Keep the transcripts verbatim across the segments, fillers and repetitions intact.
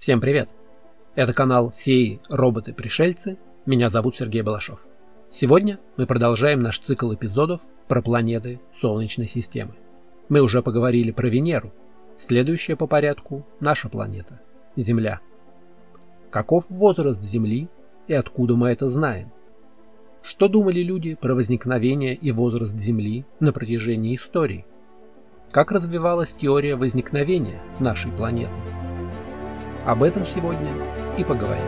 Всем привет! Это канал «Феи, роботы, пришельцы». Меня зовут Сергей Балашов. Сегодня мы продолжаем наш цикл эпизодов про планеты Солнечной системы. Мы уже поговорили про Венеру. Следующая по порядку – наша планета – Земля. Каков возраст Земли и откуда мы это знаем? Что думали люди про возникновение и возраст Земли на протяжении истории? Как развивалась теория возникновения нашей планеты? Об этом сегодня и поговорим.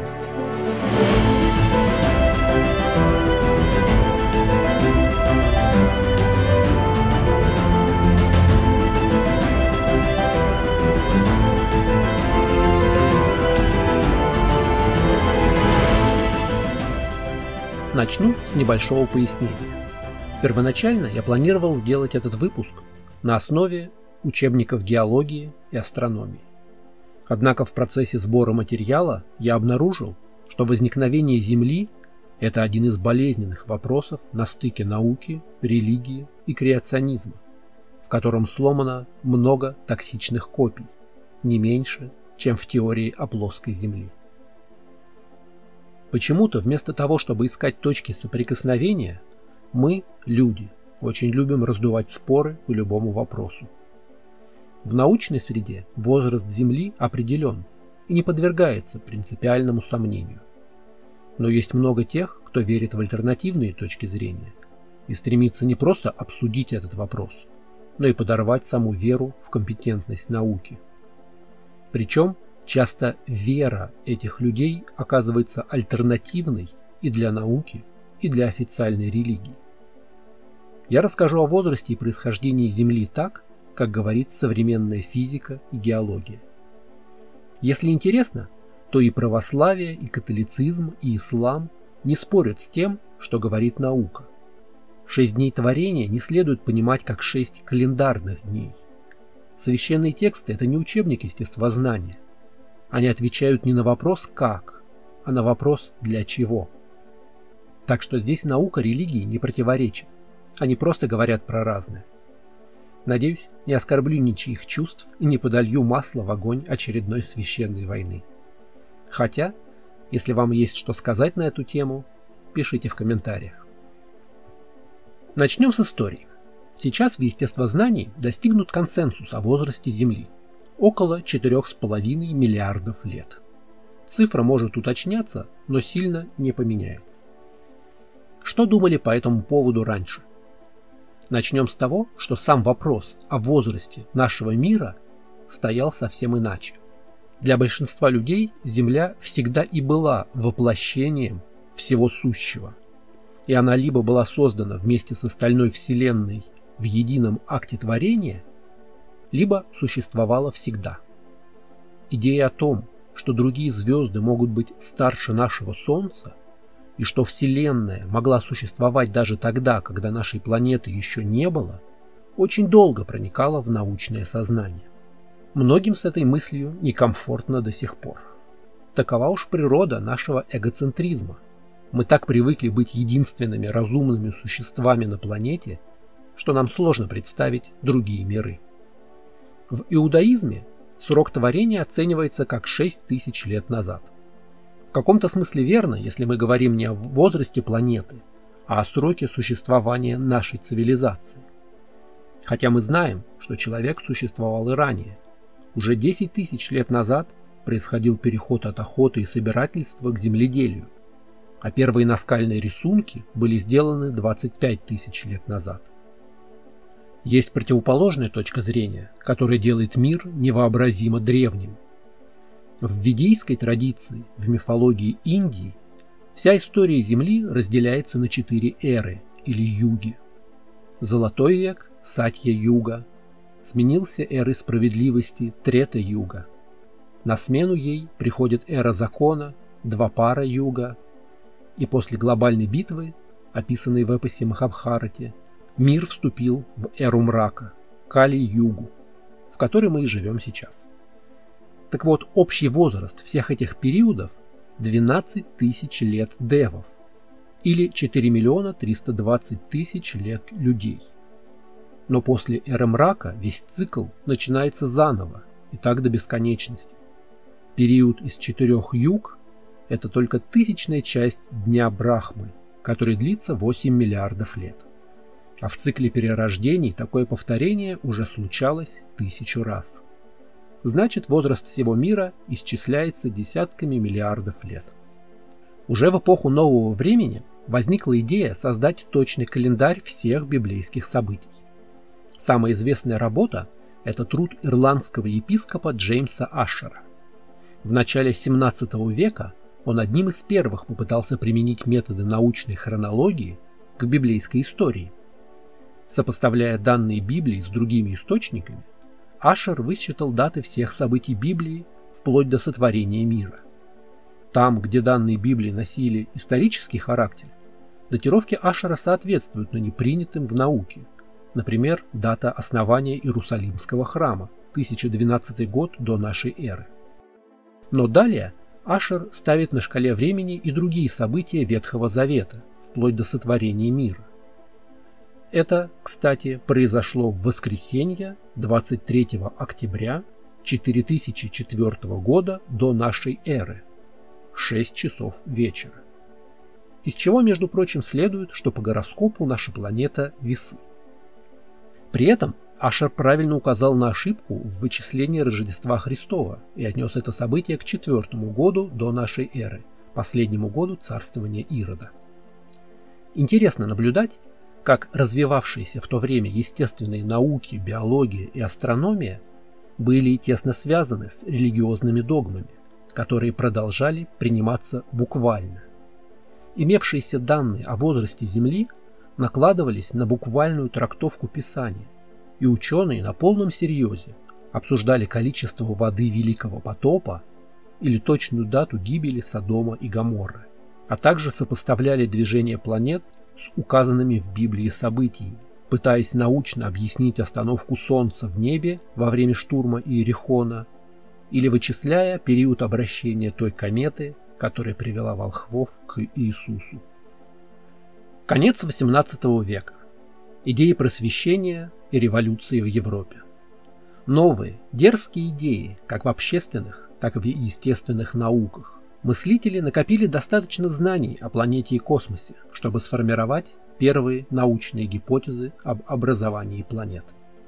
Начну с небольшого пояснения. Первоначально я планировал сделать этот выпуск на основе учебников геологии и астрономии. Однако в процессе сбора материала я обнаружил, что возникновение Земли – это один из болезненных вопросов на стыке науки, религии и креационизма, в котором сломано много токсичных копий, не меньше, чем в теории о плоской Земле. Почему-то вместо того, чтобы искать точки соприкосновения, мы, люди, очень любим раздувать споры по любому вопросу. В научной среде возраст Земли определен и не подвергается принципиальному сомнению. Но есть много тех, кто верит в альтернативные точки зрения и стремится не просто обсудить этот вопрос, но и подорвать саму веру в компетентность науки. Причем часто вера этих людей оказывается альтернативной и для науки, и для официальной религии. Я расскажу о возрасте и происхождении Земли так, как говорит современная физика и геология. Если интересно, то и православие, и католицизм, и ислам не спорят с тем, что говорит наука. Шесть дней творения не следует понимать как шесть календарных дней. Священные тексты – это не учебник естествознания. Они отвечают не на вопрос «как», а на вопрос «для чего». Так что здесь наука религии не противоречит. Они просто говорят про разное. Надеюсь, не оскорблю ничьих чувств и не подолью масло в огонь очередной священной войны. Хотя, если вам есть что сказать на эту тему, пишите в комментариях. Начнем с истории. Сейчас в естествознании достигнут консенсус о возрасте Земли – около четырёх с половиной миллиардов лет. Цифра может уточняться, но сильно не поменяется. Что думали по этому поводу раньше? Начнем с того, что сам вопрос о возрасте нашего мира стоял совсем иначе. Для большинства людей Земля всегда и была воплощением всего сущего, и она либо была создана вместе с остальной Вселенной в едином акте творения, либо существовала всегда. Идея о том, что другие звезды могут быть старше нашего Солнца, и что Вселенная могла существовать даже тогда, когда нашей планеты еще не было, очень долго проникала в научное сознание. Многим с этой мыслью некомфортно до сих пор. Такова уж природа нашего эгоцентризма. Мы так привыкли быть единственными разумными существами на планете, что нам сложно представить другие миры. В иудаизме срок творения оценивается как шесть тысяч лет назад. В каком-то смысле верно, если мы говорим не о возрасте планеты, а о сроке существования нашей цивилизации. Хотя мы знаем, что человек существовал и ранее. Уже десять тысяч лет назад происходил переход от охоты и собирательства к земледелию, а первые наскальные рисунки были сделаны двадцать пять тысяч лет назад. Есть противоположная точка зрения, которая делает мир невообразимо древним. В ведийской традиции, в мифологии Индии, вся история Земли разделяется на четыре эры или юги. Золотой век – Сатья-юга, сменился эрой справедливости Трета-юга. На смену ей приходит эра закона, Двапара-юга, и после глобальной битвы, описанной в эпосе Махабхарате, мир вступил в эру мрака, Кали-югу, в которой мы и живем сейчас. Так вот, общий возраст всех этих периодов – двенадцать тысяч лет девов, или четыре миллиона триста двадцать тысяч лет людей. Но после эры мрака весь цикл начинается заново, и так до бесконечности. период из четырех юг – это только тысячная часть Дня Брахмы, который длится восемь миллиардов лет. А в цикле перерождений такое повторение уже случалось тысячу раз. Значит, возраст всего мира исчисляется десятками миллиардов лет. Уже в эпоху нового времени возникла идея создать точный календарь всех библейских событий. Самая известная работа – это труд ирландского епископа Джеймса Ашера. В начале семнадцатого века он одним из первых попытался применить методы научной хронологии к библейской истории. Сопоставляя данные Библии с другими источниками, Ашер высчитал даты всех событий Библии вплоть до сотворения мира. Там, где данные Библии носили исторический характер, датировки Ашера соответствуют, но не принятым в науке. Например, дата основания Иерусалимского храма, тысяча двенадцатый год до нашей эры. Но далее Ашер ставит на шкале времени и другие события Ветхого Завета, вплоть до сотворения мира. Это, кстати, произошло в воскресенье двадцать третьего октября четыре тысячи четвёртого года до нашей эры, шесть часов вечера. Из чего, между прочим, следует, что по гороскопу наша планета Весы. При этом Ашер правильно указал на ошибку в вычислении Рождества Христова и отнес это событие к четвертому году до нашей эры, последнему году царствования Ирода. Интересно наблюдать, как развивавшиеся в то время естественные науки, биология и астрономия были тесно связаны с религиозными догмами, которые продолжали приниматься буквально. Имевшиеся данные о возрасте Земли накладывались на буквальную трактовку Писания, и ученые на полном серьезе обсуждали количество воды Великого потопа или точную дату гибели Содома и Гоморры, а также сопоставляли движение планет с указанными в Библии событиями, пытаясь научно объяснить остановку Солнца в небе во время штурма Иерихона или вычисляя период обращения той кометы, которая привела волхвов к Иисусу. Конец восемнадцатого века. Идеи просвещения и революции в Европе. Новые, дерзкие идеи, как в общественных, так и в естественных науках. Мыслители накопили достаточно знаний о планете и космосе, чтобы сформировать первые научные гипотезы об образовании планет.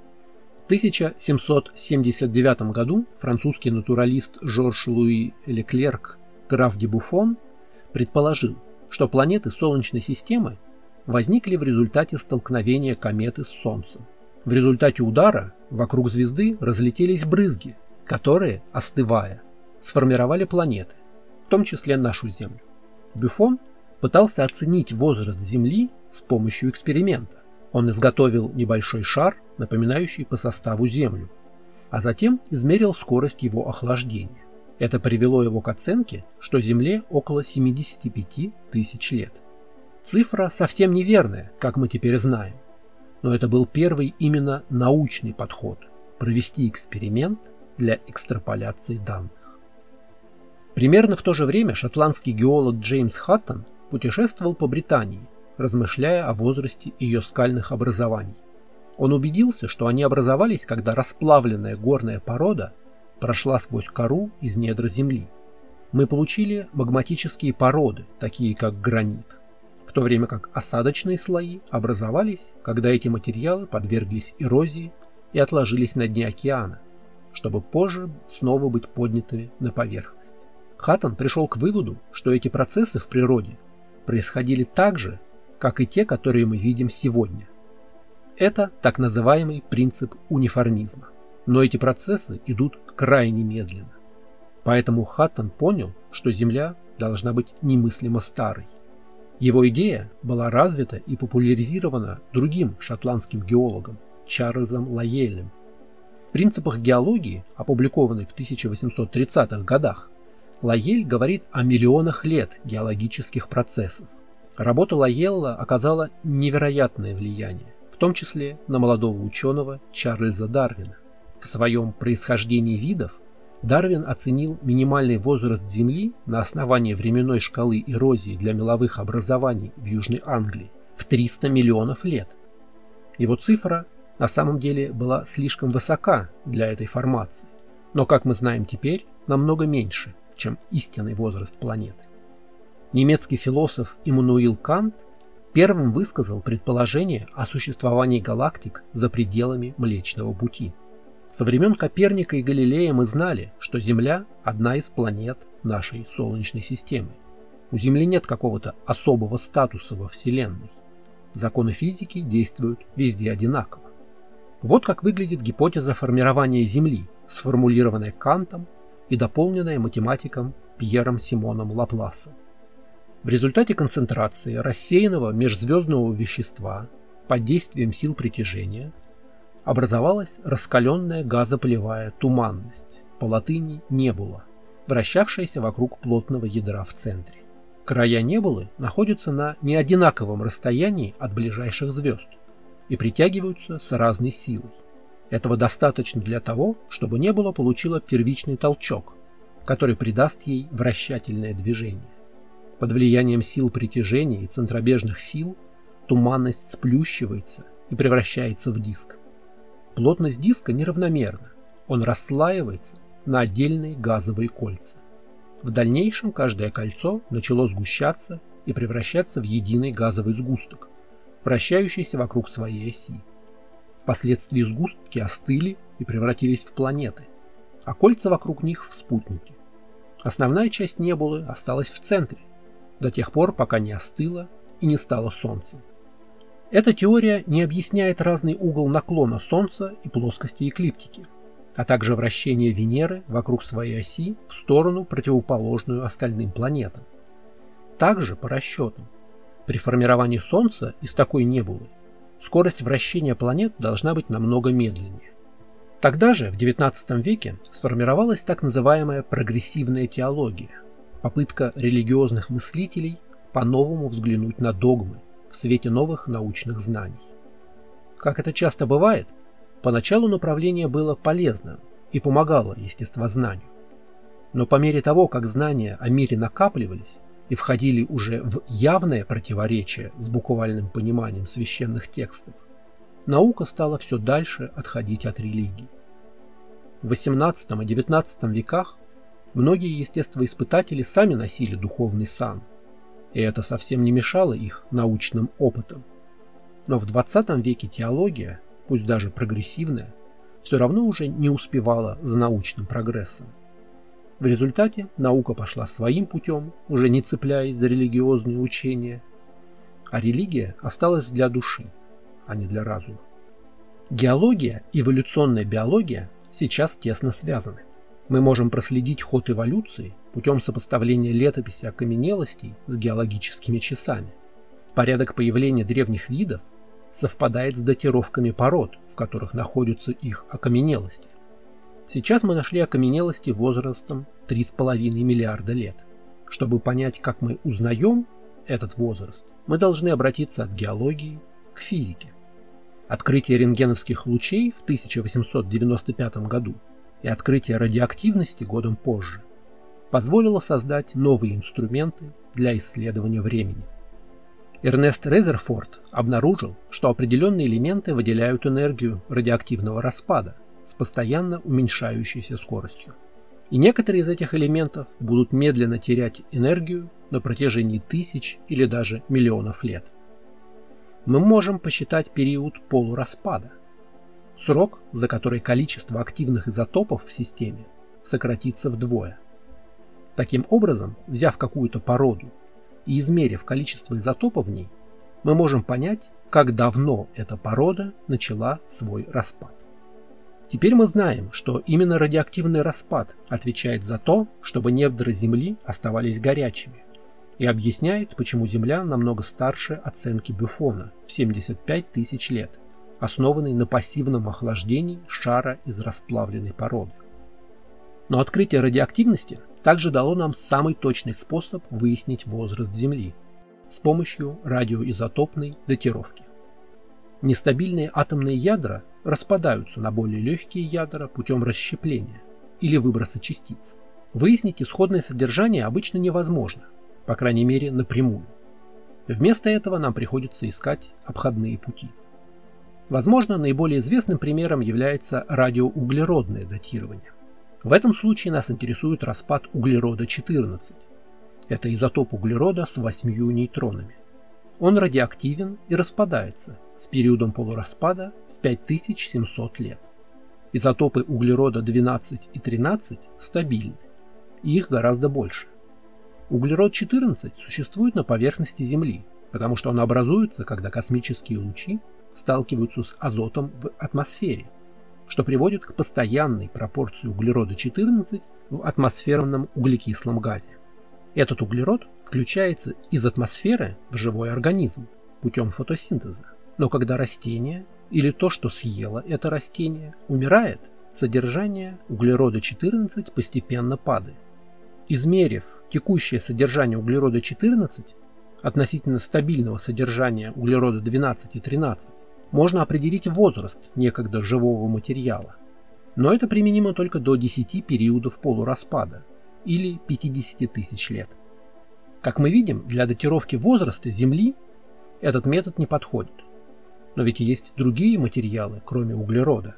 В тысяча семьсот семьдесят девятом году французский натуралист Жорж Луи Леклерк, граф де Буффон, предположил, что планеты Солнечной системы возникли в результате столкновения кометы с Солнцем. В результате удара вокруг звезды разлетелись брызги, которые, остывая, сформировали планеты, в том числе нашу Землю. Буффон пытался оценить возраст Земли с помощью эксперимента. Он изготовил небольшой шар, напоминающий по составу Землю, а затем измерил скорость его охлаждения. Это привело его к оценке, что Земле около семидесяти пяти тысяч лет. Цифра совсем неверная, как мы теперь знаем, но это был первый именно научный подход – провести эксперимент для экстраполяции данных. Примерно в то же время шотландский геолог Джеймс Хаттон путешествовал по Британии, размышляя о возрасте ее скальных образований. Он убедился, что они образовались, когда расплавленная горная порода прошла сквозь кору из недр Земли. Мы получили магматические породы, такие как гранит, в то время как осадочные слои образовались, когда эти материалы подверглись эрозии и отложились на дне океана, чтобы позже снова быть поднятыми на поверхность. Хаттон пришел к выводу, что эти процессы в природе происходили так же, как и те, которые мы видим сегодня. Это так называемый принцип униформизма. Но эти процессы идут крайне медленно. Поэтому Хаттон понял, что Земля должна быть немыслимо старой. Его идея была развита и популяризирована другим шотландским геологом Чарльзом Лайелем. В принципах геологии, опубликованной в тысяча восемьсот тридцатых годах, Лайель говорит о миллионах лет геологических процессов. Работа Лайелла оказала невероятное влияние, в том числе на молодого ученого Чарльза Дарвина. В своем «Происхождении видов» Дарвин оценил минимальный возраст Земли на основании временной шкалы эрозии для меловых образований в Южной Англии в триста миллионов лет. Его цифра на самом деле была слишком высока для этой формации, но, как мы знаем теперь, намного меньше, чем истинный возраст планеты. Немецкий философ Иммануил Кант первым высказал предположение о существовании галактик за пределами Млечного Пути. Со времен Коперника и Галилея мы знали, что Земля – одна из планет нашей Солнечной системы. У Земли нет какого-то особого статуса во Вселенной. Законы физики действуют везде одинаково. Вот как выглядит гипотеза формирования Земли, сформулированная Кантом и дополненная математиком Пьером Симоном Лапласом. В результате концентрации рассеянного межзвездного вещества под действием сил притяжения образовалась раскаленная газопылевая туманность, по латыни небула, вращавшаяся вокруг плотного ядра в центре. Края небулы находятся на неодинаковом расстоянии от ближайших звезд и притягиваются с разной силой. Этого достаточно для того, чтобы небула получила первичный толчок, который придаст ей вращательное движение. Под влиянием сил притяжения и центробежных сил туманность сплющивается и превращается в диск. Плотность диска неравномерна, он расслаивается на отдельные газовые кольца. В дальнейшем каждое кольцо начало сгущаться и превращаться в единый газовый сгусток, вращающийся вокруг своей оси. Впоследствии сгустки остыли и превратились в планеты, а кольца вокруг них в спутники. Основная часть небулы осталась в центре, до тех пор, пока не остыла и не стала Солнцем. Эта теория не объясняет разный угол наклона Солнца и плоскости эклиптики, а также вращение Венеры вокруг своей оси в сторону, противоположную остальным планетам. Также, по расчетам, при формировании Солнца из такой небулы скорость вращения планет должна быть намного медленнее. Тогда же, в девятнадцатом веке, сформировалась так называемая прогрессивная теология, попытка религиозных мыслителей по-новому взглянуть на догмы в свете новых научных знаний. Как это часто бывает, поначалу направление было полезным и помогало естествознанию. Но по мере того, как знания о мире накапливались и входили уже в явное противоречие с буквальным пониманием священных текстов, наука стала все дальше отходить от религии. В восемнадцатом и девятнадцатом веках многие естествоиспытатели сами носили духовный сан, и это совсем не мешало их научным опытам. Но в двадцатом веке теология, пусть даже прогрессивная, все равно уже не успевала за научным прогрессом. В результате наука пошла своим путем, уже не цепляясь за религиозные учения, а религия осталась для души, а не для разума. Геология и эволюционная биология сейчас тесно связаны. Мы можем проследить ход эволюции путем сопоставления летописи окаменелостей с геологическими часами. Порядок появления древних видов совпадает с датировками пород, в которых находятся их окаменелости. Сейчас мы нашли окаменелости возрастом три с половиной миллиарда лет. Чтобы понять, как мы узнаем этот возраст, мы должны обратиться от геологии к физике. Открытие рентгеновских лучей в тысяча восемьсот девяносто пятом году и открытие радиоактивности годом позже позволило создать новые инструменты для исследования времени. Эрнест Резерфорд обнаружил, что определенные элементы выделяют энергию радиоактивного распада с постоянно уменьшающейся скоростью. И некоторые из этих элементов будут медленно терять энергию на протяжении тысяч или даже миллионов лет. Мы можем посчитать период полураспада, срок, за который количество активных изотопов в системе сократится вдвое. Таким образом, взяв какую-то породу и измерив количество изотопов в ней, мы можем понять, как давно эта порода начала свой распад. Теперь мы знаем, что именно радиоактивный распад отвечает за то, чтобы недра Земли оставались горячими, и объясняет, почему Земля намного старше оценки Бюфона в семьдесят пять тысяч лет, основанной на пассивном охлаждении шара из расплавленной породы. Но открытие радиоактивности также дало нам самый точный способ выяснить возраст Земли с помощью радиоизотопной датировки. Нестабильные атомные ядра распадаются на более легкие ядра путем расщепления или выброса частиц. Выяснить исходное содержание обычно невозможно, по крайней мере напрямую. Вместо этого нам приходится искать обходные пути. Возможно, наиболее известным примером является радиоуглеродное датирование. В этом случае нас интересует распад углерода четырнадцать. Это изотоп углерода с восьмью нейтронами. Он радиоактивен и распадается с периодом полураспада в пять тысяч семьсот лет. Изотопы углерода двенадцать и тринадцать стабильны, и их гораздо больше. Углерод четырнадцать существует на поверхности Земли, потому что он образуется, когда космические лучи сталкиваются с азотом в атмосфере, что приводит к постоянной пропорции углерода четырнадцать в атмосферном углекислом газе. Этот углерод включается из атмосферы в живой организм путем фотосинтеза, но когда растение или то, что съело это растение, умирает, содержание углерода четырнадцать постепенно падает. Измерив текущее содержание углерода четырнадцать относительно стабильного содержания углерода двенадцать и тринадцать, можно определить возраст некогда живого материала. Но это применимо только до десяти периодов полураспада, или пятидесяти тысяч лет. Как мы видим, для датировки возраста Земли этот метод не подходит. Но ведь есть другие материалы, кроме углерода.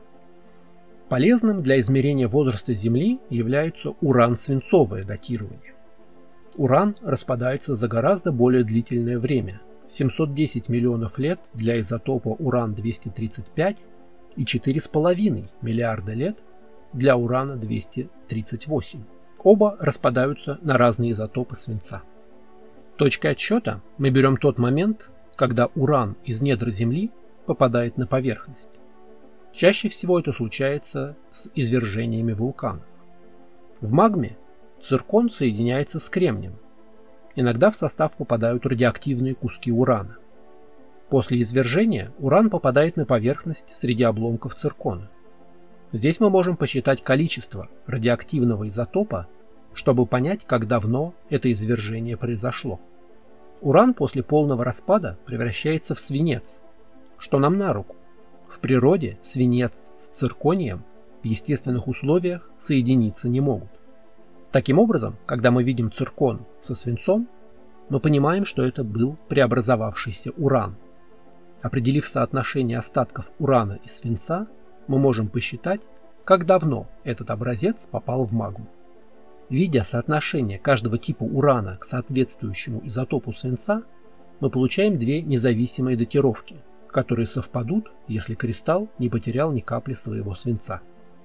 Полезным для измерения возраста Земли является уран-свинцовое датирование. Уран распадается за гораздо более длительное время – семьсот десять миллионов лет для изотопа уран двести тридцать пять и четыре с половиной миллиарда лет для урана двести тридцать восемь. Оба распадаются на разные изотопы свинца. Точкой отсчета мы берем тот момент, когда уран из недр Земли попадает на поверхность. Чаще всего это случается с извержениями вулканов. В магме циркон соединяется с кремнием. Иногда в состав попадают радиоактивные куски урана. После извержения уран попадает на поверхность среди обломков циркона. Здесь мы можем посчитать количество радиоактивного изотопа, чтобы понять, как давно это извержение произошло. Уран после полного распада превращается в свинец, что нам на руку. В природе свинец с цирконием в естественных условиях соединиться не могут. Таким образом, когда мы видим циркон со свинцом, мы понимаем, что это был преобразовавшийся уран. Определив соотношение остатков урана и свинца, мы можем посчитать, как давно этот образец попал в магму. Видя соотношение каждого типа урана к соответствующему изотопу свинца, мы получаем две независимые датировки, которые совпадут, если кристалл не потерял ни капли своего свинца.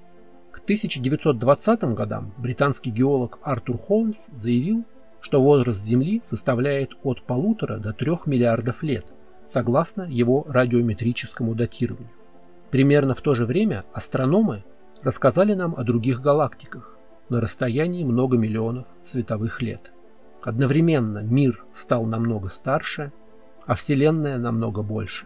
К тысяча девятьсот двадцатым годам британский геолог Артур Холмс заявил, что возраст Земли составляет от полутора до трех миллиардов лет, согласно его радиометрическому датированию. Примерно в то же время астрономы рассказали нам о других галактиках на расстоянии много миллионов световых лет. Одновременно мир стал намного старше, а Вселенная намного больше.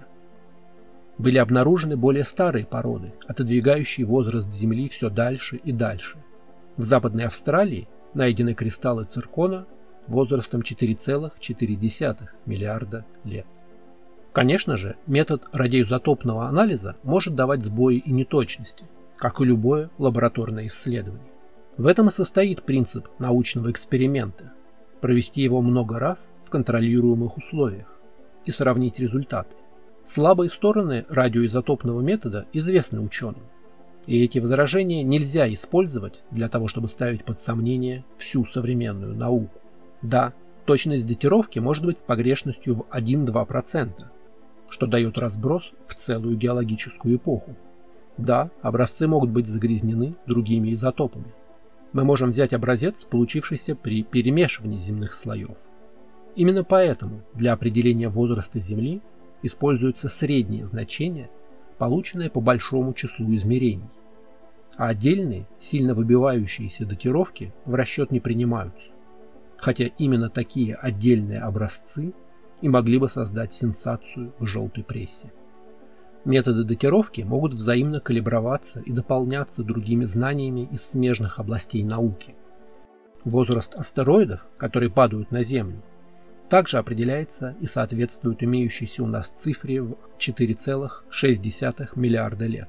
Были обнаружены более старые породы, отодвигающие возраст Земли все дальше и дальше. В Западной Австралии найдены кристаллы циркона возрастом четыре целых четыре десятых миллиарда лет. Конечно же, метод радиоизотопного анализа может давать сбои и неточности, как и любое лабораторное исследование. В этом и состоит принцип научного эксперимента – провести его много раз в контролируемых условиях и сравнить результаты. Слабые стороны радиоизотопного метода известны ученым, и эти возражения нельзя использовать для того, чтобы ставить под сомнение всю современную науку. Да, точность датировки может быть с погрешностью в один-два процента, что дает разброс в целую геологическую эпоху. Да, образцы могут быть загрязнены другими изотопами. Мы можем взять образец, получившийся при перемешивании земных слоев. Именно поэтому для определения возраста Земли используются средние значения, полученные по большому числу измерений, а отдельные, сильно выбивающиеся датировки в расчет не принимаются, хотя именно такие отдельные образцы и могли бы создать сенсацию в желтой прессе. Методы датировки могут взаимно калиброваться и дополняться другими знаниями из смежных областей науки. Возраст астероидов, которые падают на Землю, также определяется и соответствует имеющейся у нас цифре в четыре целых шесть десятых миллиарда лет.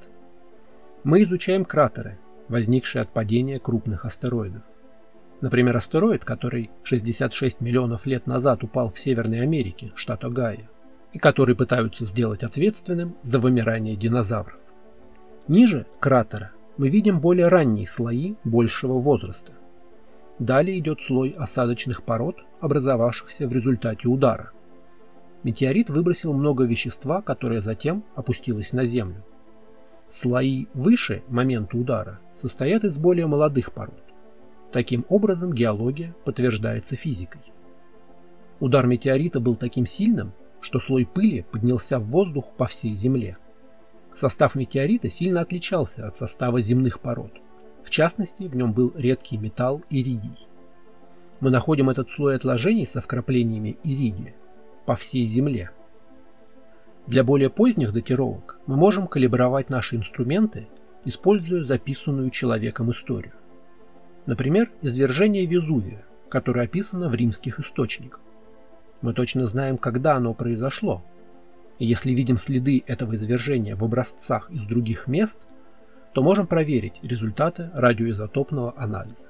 Мы изучаем кратеры, возникшие от падения крупных астероидов. Например, астероид, который шестьдесят шесть миллионов лет назад упал в Северной Америке, штат Огайо, и который пытаются сделать ответственным за вымирание динозавров. Ниже кратера мы видим более ранние слои большего возраста. Далее идет слой осадочных пород, образовавшихся в результате удара. Метеорит выбросил много вещества, которое затем опустилось на Землю. Слои выше момента удара состоят из более молодых пород. Таким образом, геология подтверждается физикой. Удар метеорита был таким сильным, что слой пыли поднялся в воздух по всей Земле. Состав метеорита сильно отличался от состава земных пород. В частности, в нем был редкий металл иридий. Мы находим этот слой отложений со вкраплениями иридия по всей Земле. Для более поздних датировок мы можем калибровать наши инструменты, используя записанную человеком историю. Например, извержение Везувия, которое описано в римских источниках. Мы точно знаем, когда оно произошло. И если видим следы этого извержения в образцах из других мест, то можем проверить результаты радиоизотопного анализа.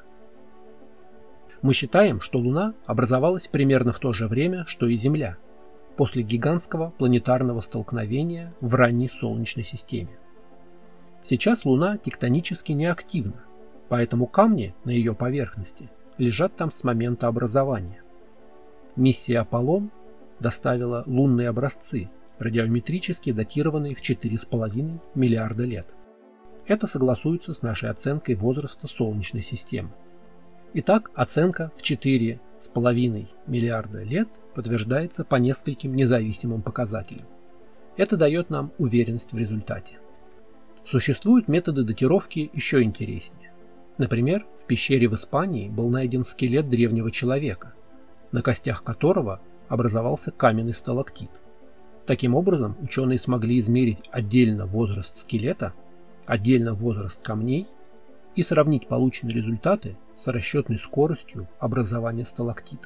Мы считаем, что Луна образовалась примерно в то же время, что и Земля, после гигантского планетарного столкновения в ранней Солнечной системе. Сейчас Луна тектонически неактивна, поэтому камни на ее поверхности лежат там с момента образования. Миссия Аполлон доставила лунные образцы, радиометрически датированные в четыре с половиной миллиарда лет. Это согласуется с нашей оценкой возраста Солнечной системы. Итак, оценка в четыре с половиной миллиарда лет подтверждается по нескольким независимым показателям. Это дает нам уверенность в результате. Существуют методы датировки еще интереснее. Например, в пещере в Испании был найден скелет древнего человека, на костях которого образовался каменный сталактит. Таким образом, ученые смогли измерить отдельно возраст скелета, отдельно возраст камней и сравнить полученные результаты с расчетной скоростью образования сталактитов.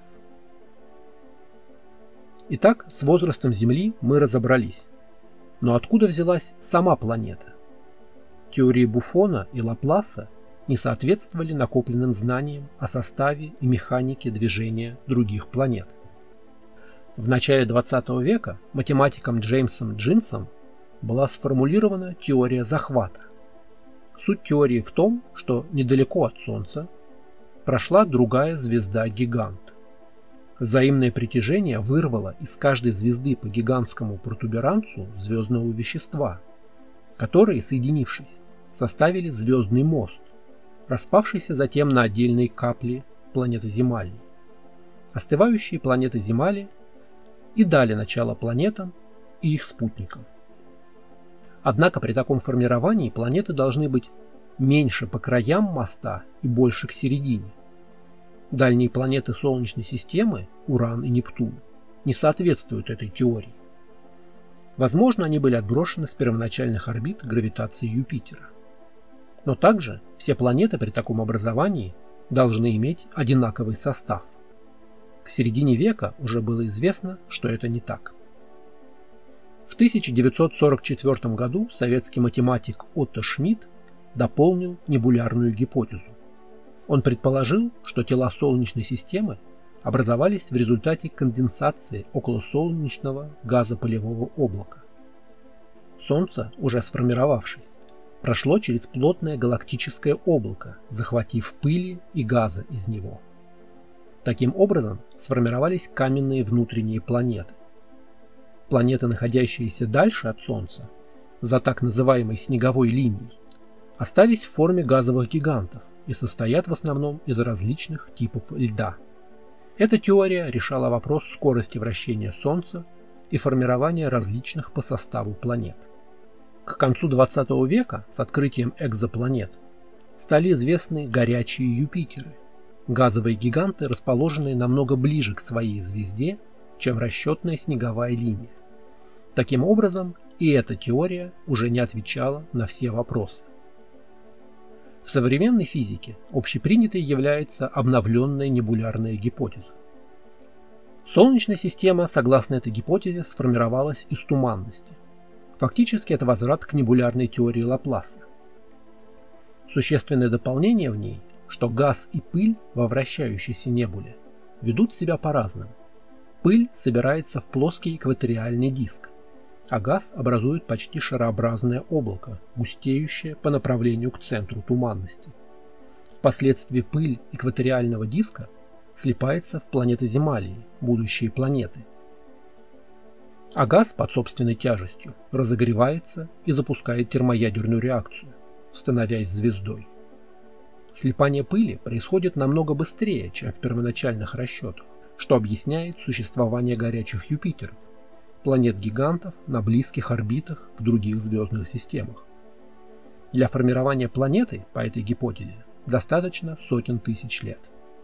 Итак, с возрастом Земли мы разобрались. Но откуда взялась сама планета? Теории Буфона и Лапласа не соответствовали накопленным знаниям о составе и механике движения других планет. В начале двадцатого века математиком Джеймсом Джинсом была сформулирована теория захвата. Суть теории в том, что недалеко от Солнца прошла другая звезда-гигант. Взаимное притяжение вырвало из каждой звезды по гигантскому протуберанцу звездного вещества, которые, соединившись, составили звездный мост, распавшийся затем на отдельные капли планеты Земали. Остывающие планеты Земали и дали начало планетам и их спутникам. Однако при таком формировании планеты должны быть меньше по краям моста и больше к середине. Дальние планеты Солнечной системы, Уран и Нептун, не соответствуют этой теории. Возможно, они были отброшены с первоначальных орбит гравитации Юпитера. Но также все планеты при таком образовании должны иметь одинаковый состав. К середине века уже было известно, что это не так. В тысяча девятьсот сорок четвёртом году советский математик Отто Шмидт дополнил небулярную гипотезу. Он предположил, что тела Солнечной системы образовались в результате конденсации околосолнечного газопылевого облака. Солнце, уже сформировавшись, прошло через плотное галактическое облако, захватив пыли и газа из него. Таким образом сформировались каменные внутренние планеты. Планеты, находящиеся дальше от Солнца, за так называемой снеговой линией, остались в форме газовых гигантов и состоят в основном из различных типов льда. Эта теория решала вопрос скорости вращения Солнца и формирования различных по составу планет. К концу двадцатого века с открытием экзопланет стали известны горячие Юпитеры, газовые гиганты, расположенные намного ближе к своей звезде, чем расчетная снеговая линия. Таким образом, и эта теория уже не отвечала на все вопросы. В современной физике общепринятой является обновленная небулярная гипотеза. Солнечная система, согласно этой гипотезе, сформировалась из туманности. Фактически это возврат к небулярной теории Лапласа. Существенное дополнение в ней, что газ и пыль во вращающейся небуле ведут себя по-разному. Пыль собирается в плоский экваториальный диск, а газ образует почти шарообразное облако, густеющее по направлению к центру туманности. Впоследствии пыль экваториального диска слипается в планетоземалии, будущие планеты. А газ под собственной тяжестью разогревается и запускает термоядерную реакцию, становясь звездой. Слипание пыли происходит намного быстрее, чем в первоначальных расчетах, что объясняет существование горячих Юпитеров, планет-гигантов на близких орбитах в других звездных системах. Для формирования планеты, по этой гипотезе, достаточно сотен тысяч лет.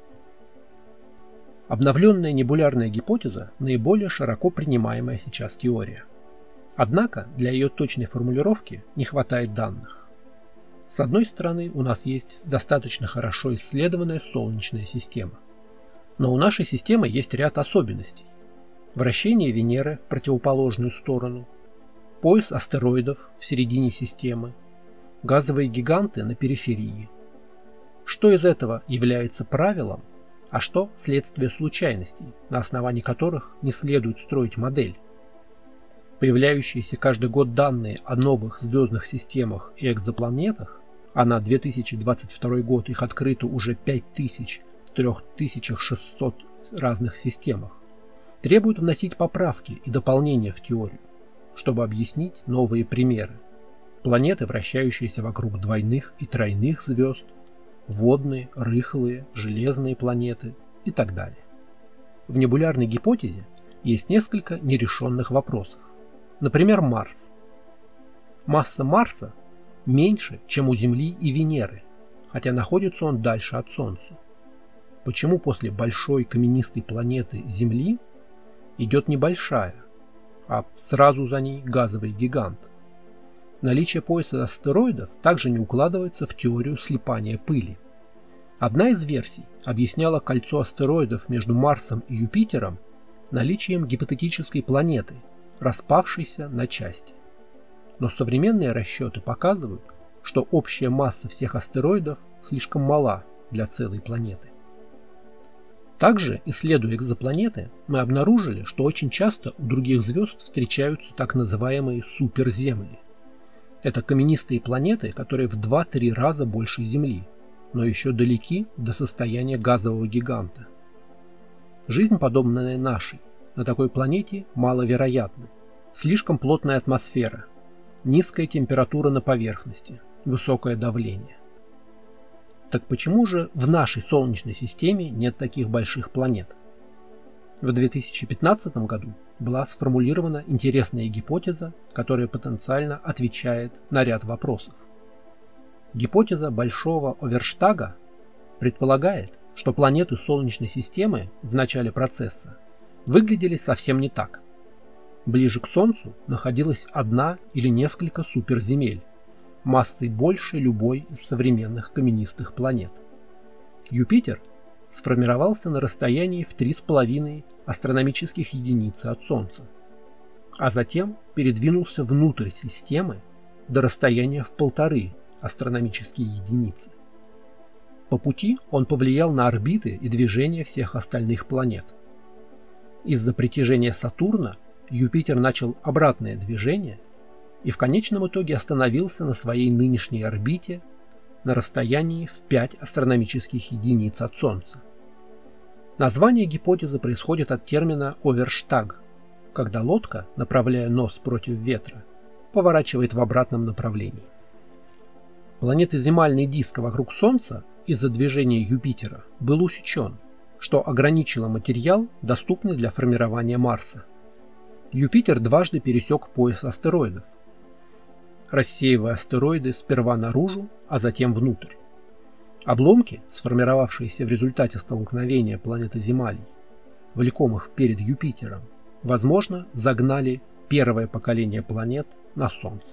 Обновленная небулярная гипотеза – наиболее широко принимаемая сейчас теория. Однако для ее точной формулировки не хватает данных. С одной стороны, у нас есть достаточно хорошо исследованная Солнечная система. Но у нашей системы есть ряд особенностей. Вращение Венеры в противоположную сторону, пояс астероидов в середине системы, газовые гиганты на периферии. Что из этого является правилом, а что следствие случайностей, на основании которых не следует строить модель? Появляющиеся каждый год данные о новых звездных системах и экзопланетах, а на две тысячи двадцать второй год их открыто уже пять тысяч в три тысячи шестьсот разных системах, требуют вносить поправки и дополнения в теорию, чтобы объяснить новые примеры. Планеты, вращающиеся вокруг двойных и тройных звезд, водные, рыхлые, железные планеты и так далее. В небулярной гипотезе есть несколько нерешенных вопросов. Например, Марс. Масса Марса меньше, чем у Земли и Венеры, хотя находится он дальше от Солнца. Почему после большой каменистой планеты Земли идет небольшая, а сразу за ней газовый гигант? Наличие пояса астероидов также не укладывается в теорию слипания пыли. Одна из версий объясняла кольцо астероидов между Марсом и Юпитером наличием гипотетической планеты, распавшейся на части. Но современные расчеты показывают, что общая масса всех астероидов слишком мала для целой планеты. Также, исследуя экзопланеты, мы обнаружили, что очень часто у других звезд встречаются так называемые суперземли. Это каменистые планеты, которые в два-три раза больше Земли, но еще далеки до состояния газового гиганта. Жизнь, подобная нашей, на такой планете маловероятна. Слишком плотная атмосфера, низкая температура на поверхности, высокое давление. Так почему же в нашей Солнечной системе нет таких больших планет? В две тысячи пятнадцатом году была сформулирована интересная гипотеза, которая потенциально отвечает на ряд вопросов. Гипотеза Большого Оверштага предполагает, что планеты Солнечной системы в начале процесса выглядели совсем не так. Ближе к Солнцу находилась одна или несколько суперземель, массой больше любой из современных каменистых планет. Юпитер сформировался на расстоянии в три с половиной астрономических единицы от Солнца, а затем передвинулся внутрь системы до расстояния в полторы астрономические единицы. По пути он повлиял на орбиты и движение всех остальных планет. Из-за притяжения Сатурна Юпитер начал обратное движение и в конечном итоге остановился на своей нынешней орбите на расстоянии в пять астрономических единиц от Солнца. Название гипотезы происходит от термина «оверштаг», когда лодка, направляя нос против ветра, поворачивает в обратном направлении. Планетоземальный диск вокруг Солнца из-за движения Юпитера был усечен, что ограничило материал, доступный для формирования Марса. Юпитер дважды пересек пояс астероидов, рассеивая астероиды сперва наружу, а затем внутрь. Обломки, сформировавшиеся в результате столкновения планетоземалий, влекомых перед Юпитером, возможно, загнали первое поколение планет на Солнце.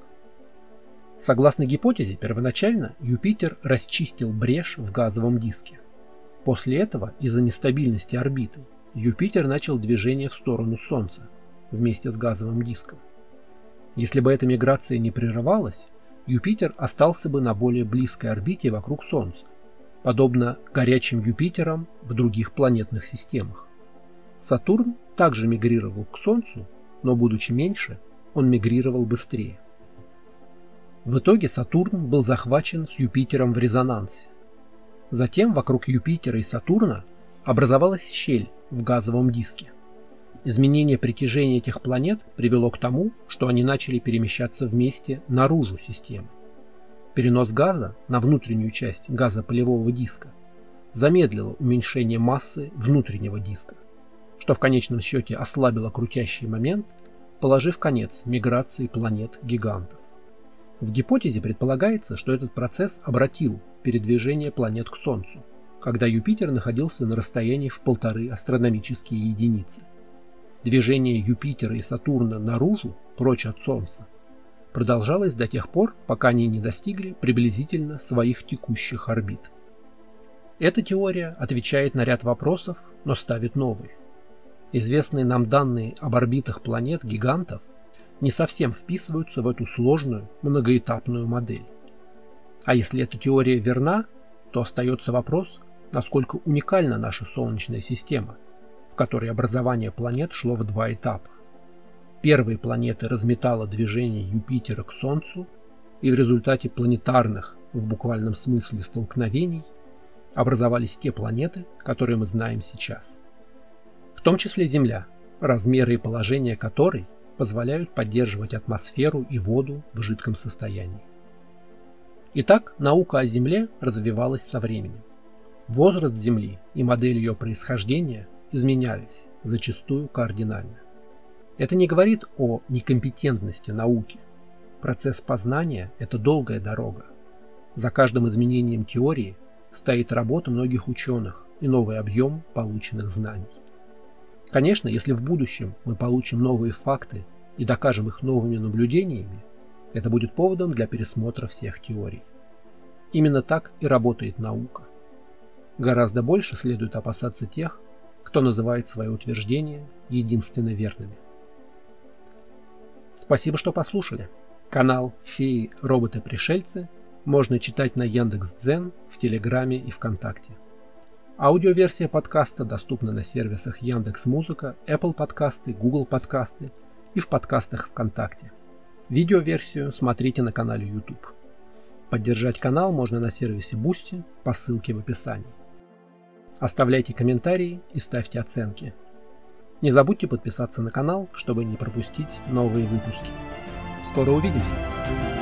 Согласно гипотезе, первоначально Юпитер расчистил брешь в газовом диске. После этого, из-за нестабильности орбиты, Юпитер начал движение в сторону Солнца вместе с газовым диском. Если бы эта миграция не прерывалась, Юпитер остался бы на более близкой орбите вокруг Солнца, подобно горячим Юпитерам в других планетных системах. Сатурн также мигрировал к Солнцу, но, будучи меньше, он мигрировал быстрее. В итоге Сатурн был захвачен с Юпитером в резонансе. Затем вокруг Юпитера и Сатурна образовалась щель в газовом диске. Изменение притяжения этих планет привело к тому, что они начали перемещаться вместе наружу системы. Перенос газа на внутреннюю часть газопылевого диска замедлило уменьшение массы внутреннего диска, что в конечном счете ослабило крутящий момент, положив конец миграции планет-гигантов. В гипотезе предполагается, что этот процесс обратил передвижение планет к Солнцу, когда Юпитер находился на расстоянии в полторы астрономические единицы. Движение Юпитера и Сатурна наружу, прочь от Солнца, продолжалось до тех пор, пока они не достигли приблизительно своих текущих орбит. Эта теория отвечает на ряд вопросов, но ставит новые. Известные нам данные об орбитах планет-гигантов не совсем вписываются в эту сложную многоэтапную модель. А если эта теория верна, то остается вопрос, насколько уникальна наша Солнечная система, в которой образование планет шло в два этапа. Первые планеты разметало движение Юпитера к Солнцу, и в результате планетарных, в буквальном смысле, столкновений образовались те планеты, которые мы знаем сейчас. В том числе Земля, размеры и положение которой позволяют поддерживать атмосферу и воду в жидком состоянии. Итак, наука о Земле развивалась со временем. Возраст Земли и модель ее происхождения изменялись, зачастую кардинально. Это не говорит о некомпетентности науки. Процесс познания – это долгая дорога. За каждым изменением теории стоит работа многих ученых и новый объем полученных знаний. Конечно, если в будущем мы получим новые факты и докажем их новыми наблюдениями, это будет поводом для пересмотра всех теорий. Именно так и работает наука. Гораздо больше следует опасаться тех, кто называет свои утверждения единственно верными. Спасибо, что послушали. Канал «Феи, роботы-пришельцы» можно читать на Яндекс.Дзен, в Телеграме и ВКонтакте. Аудиоверсия подкаста доступна на сервисах Яндекс.Музыка, Apple подкасты, Google подкасты и в подкастах ВКонтакте. Видеоверсию смотрите на канале YouTube. Поддержать канал можно на сервисе Boosty по ссылке в описании. Оставляйте комментарии и ставьте оценки. Не забудьте подписаться на канал, чтобы не пропустить новые выпуски. Скоро увидимся!